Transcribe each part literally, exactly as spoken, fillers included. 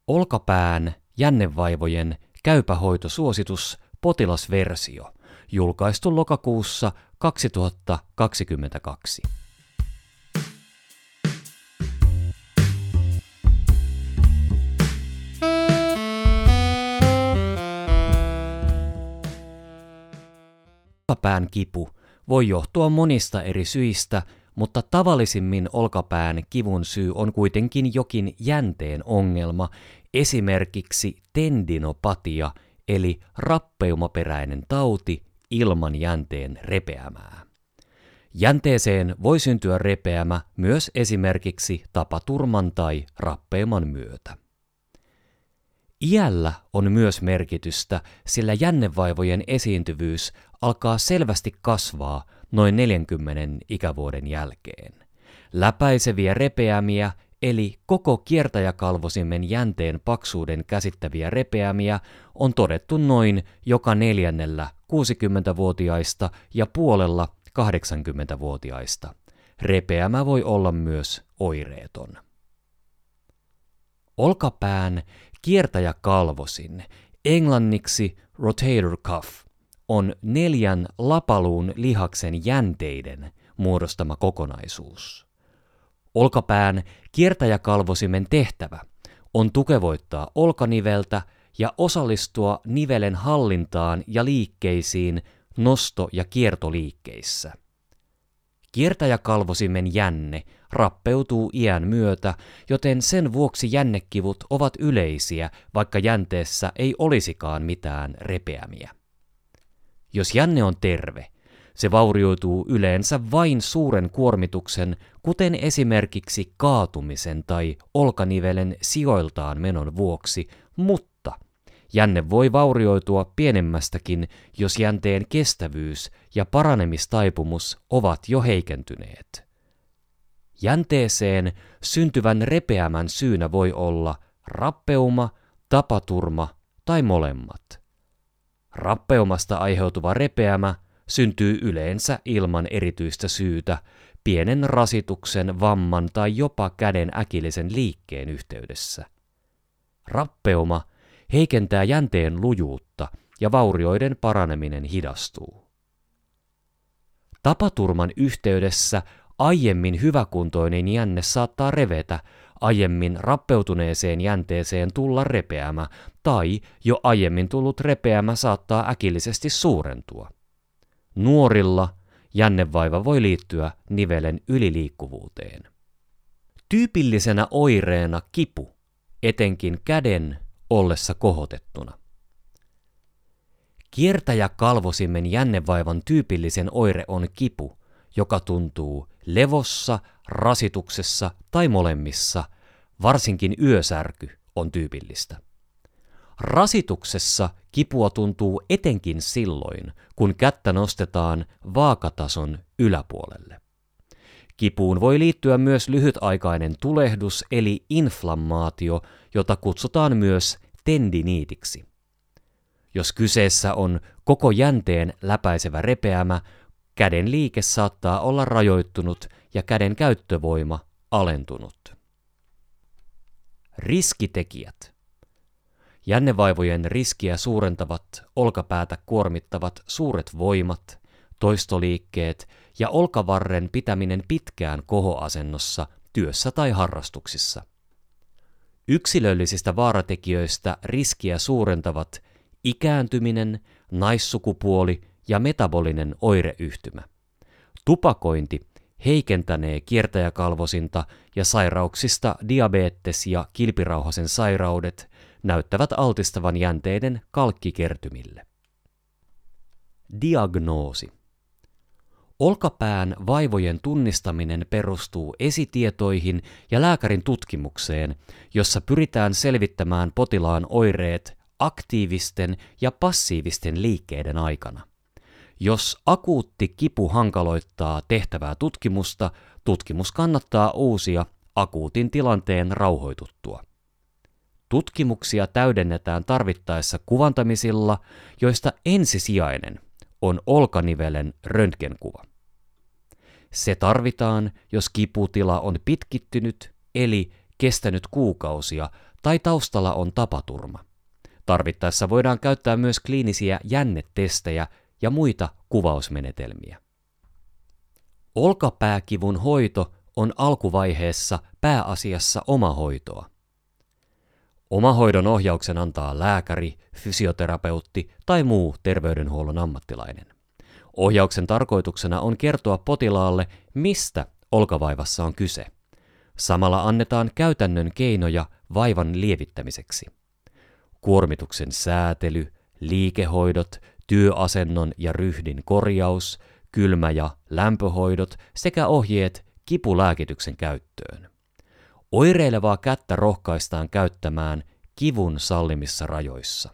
Olkapään jännevaivojen käypähoitosuositus potilasversio, julkaistu lokakuussa kaksituhattakaksikymmentäkaksi. Olkapään kipu voi johtua monista eri syistä, mutta tavallisimmin olkapään kivun syy on kuitenkin jokin jänteen ongelma, esimerkiksi tendinopatia eli rappeumaperäinen tauti ilman jänteen repeämää. Jänteeseen voi syntyä repeämä myös esimerkiksi tapaturman tai rappeuman myötä. Iällä on myös merkitystä, sillä jännevaivojen esiintyvyys alkaa selvästi kasvaa noin neljänkymmenen ikävuoden jälkeen. Läpäiseviä repeämiä eli koko kiertäjäkalvosimen jänteen paksuuden käsittäviä repeämiä on todettu noin joka neljännellä kuusikymmentävuotiaista ja puolella kahdeksankymmentävuotiaista. Repeämä voi olla myös oireeton. Olkapään kiertäjäkalvosin, englanniksi rotator cuff, on neljän lapaluun lihaksen jänteiden muodostama kokonaisuus. Olkapään kiertäjäkalvosimen tehtävä on tukevoittaa olkaniveltä ja osallistua nivelen hallintaan ja liikkeisiin nosto- ja kiertoliikkeissä. Kiertäjäkalvosimen jänne rappeutuu iän myötä, joten sen vuoksi jännekivut ovat yleisiä, vaikka jänteessä ei olisikaan mitään repeämiä. Jos jänne on terve, se vaurioituu yleensä vain suuren kuormituksen, kuten esimerkiksi kaatumisen tai olkanivelen sijoiltaan menon vuoksi, mutta jänne voi vaurioitua pienemmästäkin, jos jänteen kestävyys ja paranemistaipumus ovat jo heikentyneet. Jänteeseen syntyvän repeämän syynä voi olla rappeuma, tapaturma tai molemmat. Rappeumasta aiheutuva repeämä syntyy yleensä ilman erityistä syytä, pienen rasituksen, vamman tai jopa käden äkillisen liikkeen yhteydessä. Rappeuma heikentää jänteen lujuutta ja vaurioiden paraneminen hidastuu. Tapaturman yhteydessä aiemmin hyväkuntoinen jänne saattaa revetä, aiemmin rappeutuneeseen jänteeseen tulla repeämä tai jo aiemmin tullut repeämä saattaa äkillisesti suurentua. Nuorilla jännevaiva voi liittyä nivelen yliliikkuvuuteen. Tyypillisenä oireena kipu, etenkin käden ollessa kohotettuna. Kiertäjäkalvosimen jännevaivan tyypillisen oire on kipu, joka tuntuu levossa, rasituksessa tai molemmissa, varsinkin yösärky on tyypillistä. Rasituksessa kipua tuntuu etenkin silloin, kun kättä nostetaan vaakatason yläpuolelle. Kipuun voi liittyä myös lyhytaikainen tulehdus eli inflammaatio, jota kutsutaan myös tendiniitiksi. Jos kyseessä on koko jänteen läpäisevä repeämä, käden liike saattaa olla rajoittunut ja käden käyttövoima alentunut. Riskitekijät. Jännevaivojen riskiä suurentavat olkapäätä kuormittavat suuret voimat, toistoliikkeet ja olkavarren pitäminen pitkään kohoasennossa työssä tai harrastuksissa. Yksilöllisistä vaaratekijöistä riskiä suurentavat ikääntyminen, naissukupuoli ja metabolinen oireyhtymä. Tupakointi heikentänee kiertäjäkalvosinta ja sairauksista diabetes ja kilpirauhasen sairaudet näyttävät altistavan jänteiden kalkkikertymille. Diagnoosi. Olkapään vaivojen tunnistaminen perustuu esitietoihin ja lääkärin tutkimukseen, jossa pyritään selvittämään potilaan oireet aktiivisten ja passiivisten liikkeiden aikana. Jos akuutti kipu hankaloittaa tehtävää tutkimusta, tutkimus kannattaa uusia akuutin tilanteen rauhoituttua. Tutkimuksia täydennetään tarvittaessa kuvantamisilla, joista ensisijainen on olkanivelen röntgenkuva. Se tarvitaan, jos kiputila on pitkittynyt eli kestänyt kuukausia tai taustalla on tapaturma. Tarvittaessa voidaan käyttää myös kliinisiä jännetestejä ja muita kuvausmenetelmiä. Olkapääkivun hoito on alkuvaiheessa pääasiassa omahoitoa. Omahoidon ohjauksen antaa lääkäri, fysioterapeutti tai muu terveydenhuollon ammattilainen. Ohjauksen tarkoituksena on kertoa potilaalle, mistä olkavaivassa on kyse. Samalla annetaan käytännön keinoja vaivan lievittämiseksi. Kuormituksen säätely, liikehoidot, työasennon ja ryhdin korjaus, kylmä- ja lämpöhoidot sekä ohjeet kipulääkityksen käyttöön. Oireilevaa kättä rohkaistaan käyttämään kivun sallimissa rajoissa.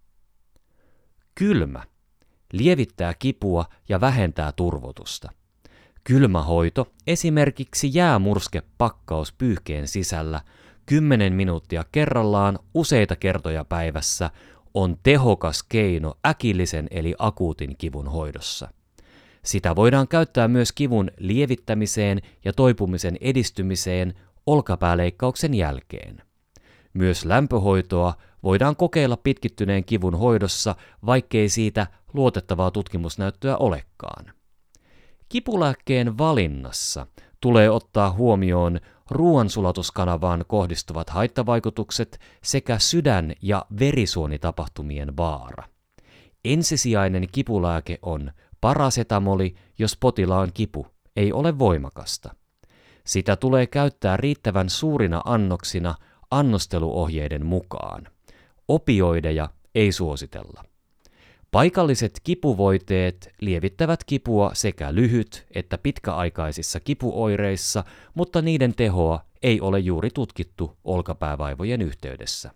Kylmä lievittää kipua ja vähentää turvotusta. Kylmähoito, esimerkiksi jäämurskepakkaus pyyhkeen sisällä, kymmenen minuuttia kerrallaan useita kertoja päivässä, on tehokas keino äkillisen eli akuutin kivun hoidossa. Sitä voidaan käyttää myös kivun lievittämiseen ja toipumisen edistymiseen olkapääleikkauksen jälkeen. Myös lämpöhoitoa voidaan kokeilla pitkittyneen kivun hoidossa, vaikkei siitä luotettavaa tutkimusnäyttöä olekaan. Kipulääkkeen valinnassa tulee ottaa huomioon ruoansulatuskanavaan kohdistuvat haittavaikutukset sekä sydän- ja verisuonitapahtumien vaara. Ensisijainen kipulääke on parasetamoli, jos potilaan kipu ei ole voimakasta. Sitä tulee käyttää riittävän suurina annoksina annosteluohjeiden mukaan. Opioideja ei suositella. Paikalliset kipuvoiteet lievittävät kipua sekä lyhyt- että pitkäaikaisissa kipuoireissa, mutta niiden tehoa ei ole juuri tutkittu olkapäävaivojen yhteydessä.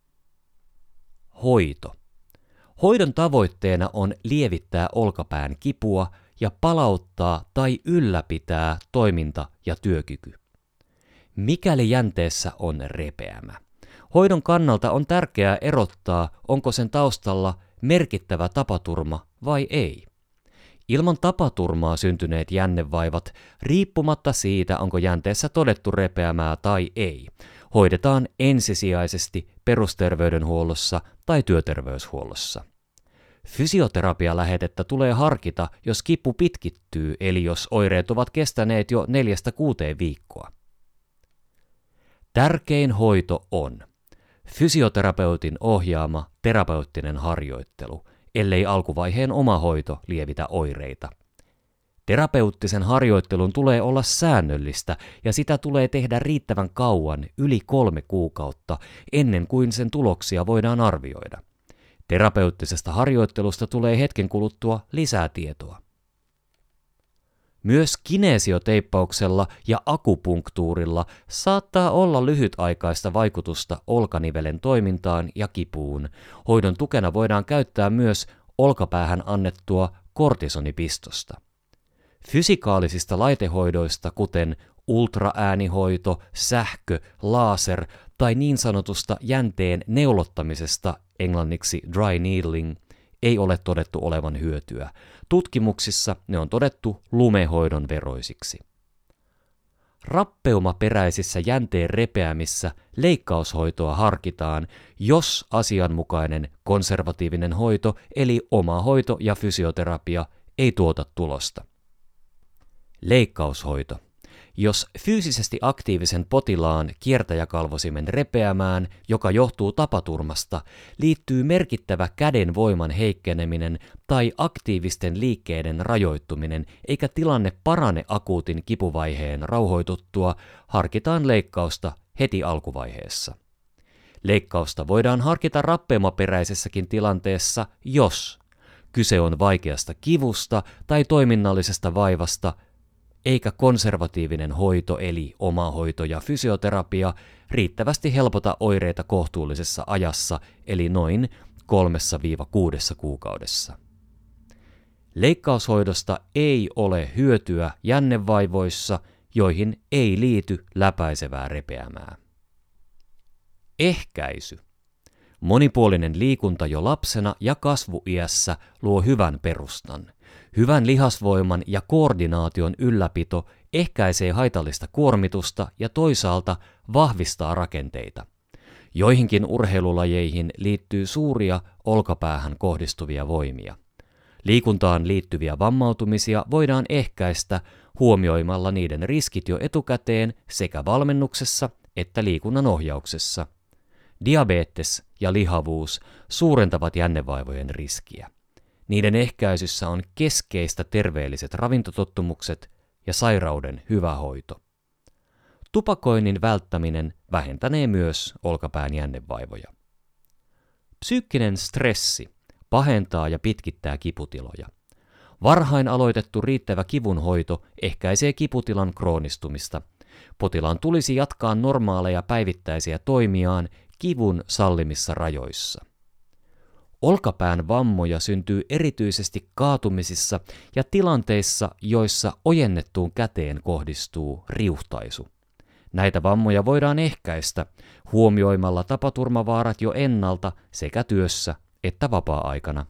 Hoito. Hoidon tavoitteena on lievittää olkapään kipua ja palauttaa tai ylläpitää toiminta- ja työkyky. Mikäli jänteessä on repeämä, hoidon kannalta on tärkeää erottaa, onko sen taustalla merkittävä tapaturma vai ei. Ilman tapaturmaa syntyneet jännevaivat, riippumatta siitä, onko jänteessä todettu repeämää tai ei, hoidetaan ensisijaisesti perusterveydenhuollossa tai työterveyshuollossa. Fysioterapialähetettä tulee harkita, jos kipu pitkittyy, eli jos oireet ovat kestäneet jo neljästä kuuteen viikkoa. Tärkein hoito on fysioterapeutin ohjaama terapeuttinen harjoittelu, ellei alkuvaiheen oma hoito lievitä oireita. Terapeuttisen harjoittelun tulee olla säännöllistä ja sitä tulee tehdä riittävän kauan, yli kolme kuukautta, ennen kuin sen tuloksia voidaan arvioida. Terapeuttisesta harjoittelusta tulee hetken kuluttua lisää tietoa. Myös kineesioteippauksella ja akupunktuurilla saattaa olla lyhytaikaista vaikutusta olkanivelen toimintaan ja kipuun. Hoidon tukena voidaan käyttää myös olkapäähän annettua kortisonipistosta. Fysikaalisista laitehoidoista, kuten ultraäänihoito, sähkö, laser tai niin sanotusta jänteen neulottamisesta, englanniksi dry needling, ei ole todettu olevan hyötyä. Tutkimuksissa ne on todettu lumehoidon veroisiksi. Rappeumaperäisissä jänteen repeämissä leikkaushoitoa harkitaan, jos asianmukainen konservatiivinen hoito eli oma hoito ja fysioterapia ei tuota tulosta. Leikkaushoito. Jos fyysisesti aktiivisen potilaan kiertäjäkalvosimen repeämään, joka johtuu tapaturmasta, liittyy merkittävä käden voiman heikkeneminen tai aktiivisten liikkeiden rajoittuminen, eikä tilanne parane akuutin kipuvaiheen rauhoituttua, harkitaan leikkausta heti alkuvaiheessa. Leikkausta voidaan harkita rappeumaperäisessäkin tilanteessa, jos kyse on vaikeasta kivusta tai toiminnallisesta vaivasta, eikä konservatiivinen hoito eli omahoito ja fysioterapia riittävästi helpota oireita kohtuullisessa ajassa eli noin kolmesta kuuteen kuukaudessa. Leikkaushoidosta ei ole hyötyä jännevaivoissa, joihin ei liity läpäisevää repeämää. Ehkäisy. Monipuolinen liikunta jo lapsena ja kasvuiässä luo hyvän perustan. Hyvän lihasvoiman ja koordinaation ylläpito ehkäisee haitallista kuormitusta ja toisaalta vahvistaa rakenteita. Joihinkin urheilulajeihin liittyy suuria olkapäähän kohdistuvia voimia. Liikuntaan liittyviä vammautumisia voidaan ehkäistä huomioimalla niiden riskit jo etukäteen sekä valmennuksessa että liikunnan ohjauksessa. Diabetes ja lihavuus suurentavat jännevaivojen riskiä. Niiden ehkäisyssä on keskeistä terveelliset ravintotottumukset ja sairauden hyvä hoito. Tupakoinnin välttäminen vähentänee myös olkapään jännevaivoja. Psyykkinen stressi pahentaa ja pitkittää kiputiloja. Varhain aloitettu riittävä kivunhoito ehkäisee kiputilan kroonistumista. Potilaan tulisi jatkaa normaaleja päivittäisiä toimiaan kivun sallimissa rajoissa. Olkapään vammoja syntyy erityisesti kaatumisissa ja tilanteissa, joissa ojennettuun käteen kohdistuu riuhtaisu. Näitä vammoja voidaan ehkäistä huomioimalla tapaturmavaarat jo ennalta sekä työssä että vapaa-aikana.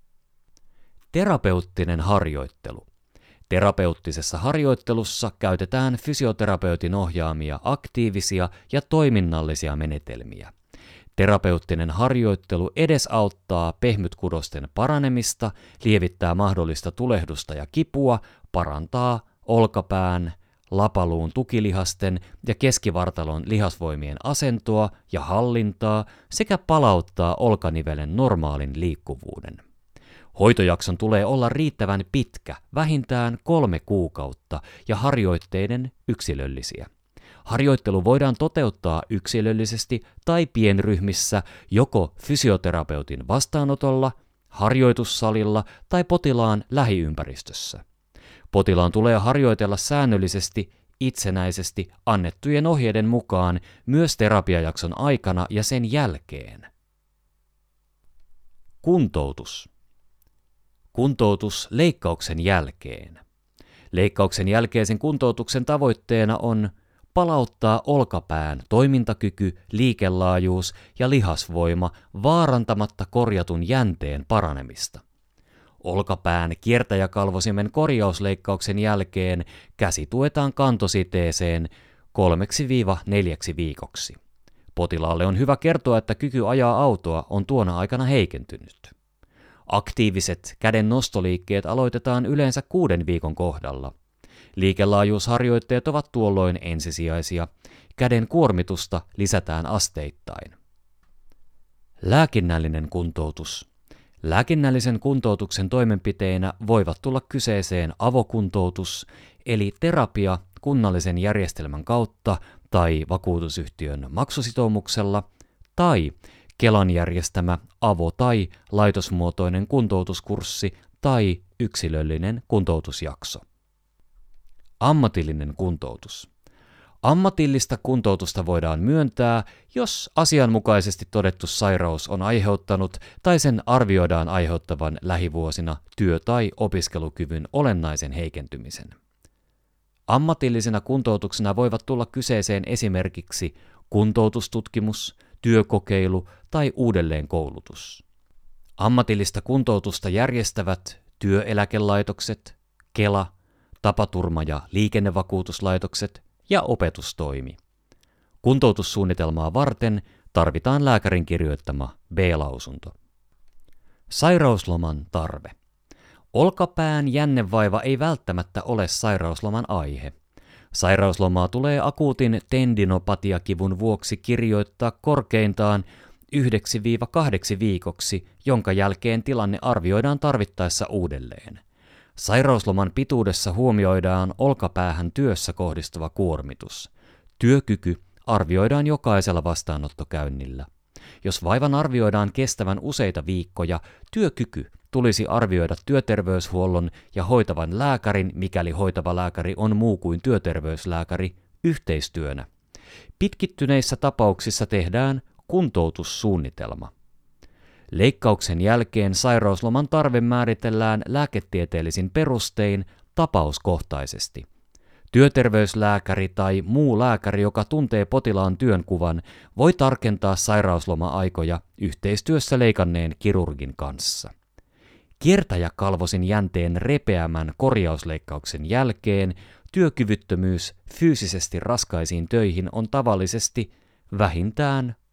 Terapeuttinen harjoittelu. Terapeuttisessa harjoittelussa käytetään fysioterapeutin ohjaamia aktiivisia ja toiminnallisia menetelmiä. Terapeuttinen harjoittelu edesauttaa pehmytkudosten paranemista, lievittää mahdollista tulehdusta ja kipua, parantaa olkapään, lapaluun tukilihasten ja keskivartalon lihasvoimien asentoa ja hallintaa sekä palauttaa olkanivelen normaalin liikkuvuuden. Hoitojakson tulee olla riittävän pitkä, vähintään kolme kuukautta, ja harjoitteiden yksilöllisiä. Harjoittelu voidaan toteuttaa yksilöllisesti tai pienryhmissä joko fysioterapeutin vastaanotolla, harjoitussalilla tai potilaan lähiympäristössä. Potilaan tulee harjoitella säännöllisesti, itsenäisesti annettujen ohjeiden mukaan myös terapiajakson aikana ja sen jälkeen. Kuntoutus. Kuntoutus leikkauksen jälkeen. Leikkauksen jälkeisen kuntoutuksen tavoitteena on palauttaa olkapään toimintakyky, liikelaajuus ja lihasvoima vaarantamatta korjatun jänteen paranemista. Olkapään kiertäjäkalvosimen korjausleikkauksen jälkeen käsi tuetaan kantositeeseen kolmeksi neljäksi viikoksi. Potilaalle on hyvä kertoa, että kyky ajaa autoa on tuona aikana heikentynyt. Aktiiviset käden nostoliikkeet aloitetaan yleensä kuuden viikon kohdalla. Liikelaajuusharjoitteet ovat tuolloin ensisijaisia. Käden kuormitusta lisätään asteittain. Lääkinnällinen kuntoutus. Lääkinnällisen kuntoutuksen toimenpiteinä voivat tulla kyseeseen avokuntoutus, eli terapia kunnallisen järjestelmän kautta tai vakuutusyhtiön maksusitoumuksella, tai Kelan järjestämä avo- tai laitosmuotoinen kuntoutuskurssi tai yksilöllinen kuntoutusjakso. Ammatillinen kuntoutus. Ammatillista kuntoutusta voidaan myöntää, jos asianmukaisesti todettu sairaus on aiheuttanut tai sen arvioidaan aiheuttavan lähivuosina työ- tai opiskelukyvyn olennaisen heikentymisen. Ammatillisena kuntoutuksena voivat tulla kyseeseen esimerkiksi kuntoutustutkimus, työkokeilu tai uudelleenkoulutus. Ammatillista kuntoutusta järjestävät työeläkelaitokset, Kela, tapaturma- ja liikennevakuutuslaitokset ja opetustoimi. Kuntoutussuunnitelmaa varten tarvitaan lääkärin kirjoittama B-lausunto. Sairausloman tarve. Olkapään jännevaiva ei välttämättä ole sairausloman aihe. Sairauslomaa tulee akuutin tendinopatiakivun vuoksi kirjoittaa korkeintaan yhdeksi kahdeksi viikoksi, jonka jälkeen tilanne arvioidaan tarvittaessa uudelleen. Sairausloman pituudessa huomioidaan olkapäähän työssä kohdistuva kuormitus. Työkyky arvioidaan jokaisella vastaanottokäynnillä. Jos vaivan arvioidaan kestävän useita viikkoja, työkyky tulisi arvioida työterveyshuollon ja hoitavan lääkärin, mikäli hoitava lääkäri on muu kuin työterveyslääkäri, yhteistyönä. Pitkittyneissä tapauksissa tehdään kuntoutussuunnitelma. Leikkauksen jälkeen sairausloman tarve määritellään lääketieteellisin perustein tapauskohtaisesti. Työterveyslääkäri tai muu lääkäri, joka tuntee potilaan työnkuvan, voi tarkentaa sairausloma-aikoja yhteistyössä leikanneen kirurgin kanssa. Kiertäjäkalvosin jänteen repeämän korjausleikkauksen jälkeen työkyvyttömyys fyysisesti raskaisiin töihin on tavallisesti vähintään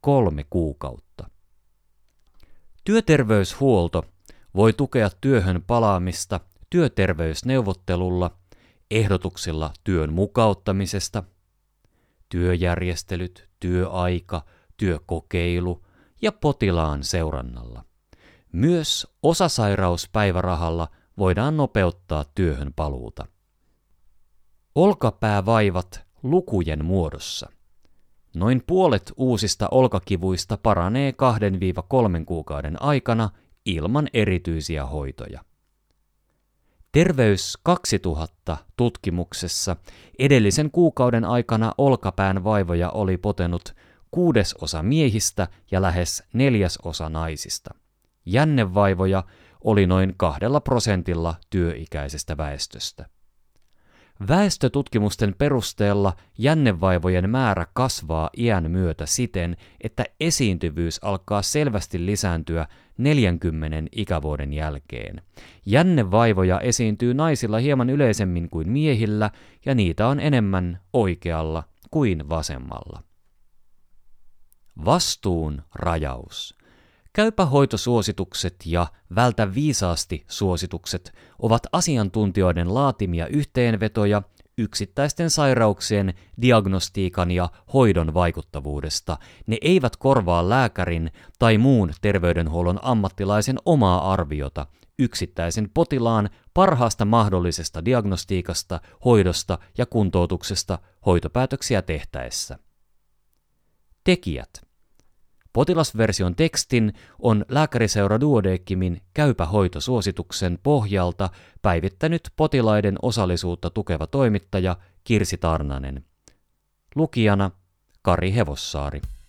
kolme kuukautta. Työterveyshuolto voi tukea työhön palaamista työterveysneuvottelulla, ehdotuksilla työn mukauttamisesta, työjärjestelyt, työaika, työkokeilu ja potilaan seurannalla. Myös osasairauspäivärahalla voidaan nopeuttaa työhön paluuta. Olkapäävaivat lukujen muodossa. Noin puolet uusista olkakivuista paranee kahden kolmen kuukauden aikana ilman erityisiä hoitoja. Terveys kaksituhatta tutkimuksessa edellisen kuukauden aikana olkapään vaivoja oli potenut kuudesosa miehistä ja lähes neljäsosa naisista. Jännevaivoja oli noin kahdella prosentilla työikäisestä väestöstä. Väestötutkimusten perusteella jännevaivojen määrä kasvaa iän myötä siten, että esiintyvyys alkaa selvästi lisääntyä neljänkymmenen ikävuoden jälkeen. Jännevaivoja esiintyy naisilla hieman yleisemmin kuin miehillä, ja niitä on enemmän oikealla kuin vasemmalla. Vastuun rajaus. Käypä hoitosuositukset ja vältä viisaasti suositukset ovat asiantuntijoiden laatimia yhteenvetoja yksittäisten sairauksien diagnostiikan ja hoidon vaikuttavuudesta. Ne eivät korvaa lääkärin tai muun terveydenhuollon ammattilaisen omaa arviota yksittäisen potilaan parhaasta mahdollisesta diagnostiikasta, hoidosta ja kuntoutuksesta hoitopäätöksiä tehtäessä. Tekijät. Potilasversion tekstin on Lääkäriseura Duodecimin Käypä hoitosuosituksen pohjalta päivittänyt potilaiden osallisuutta tukeva toimittaja Kirsi Tarnanen. Lukijana Kari Hevossaari.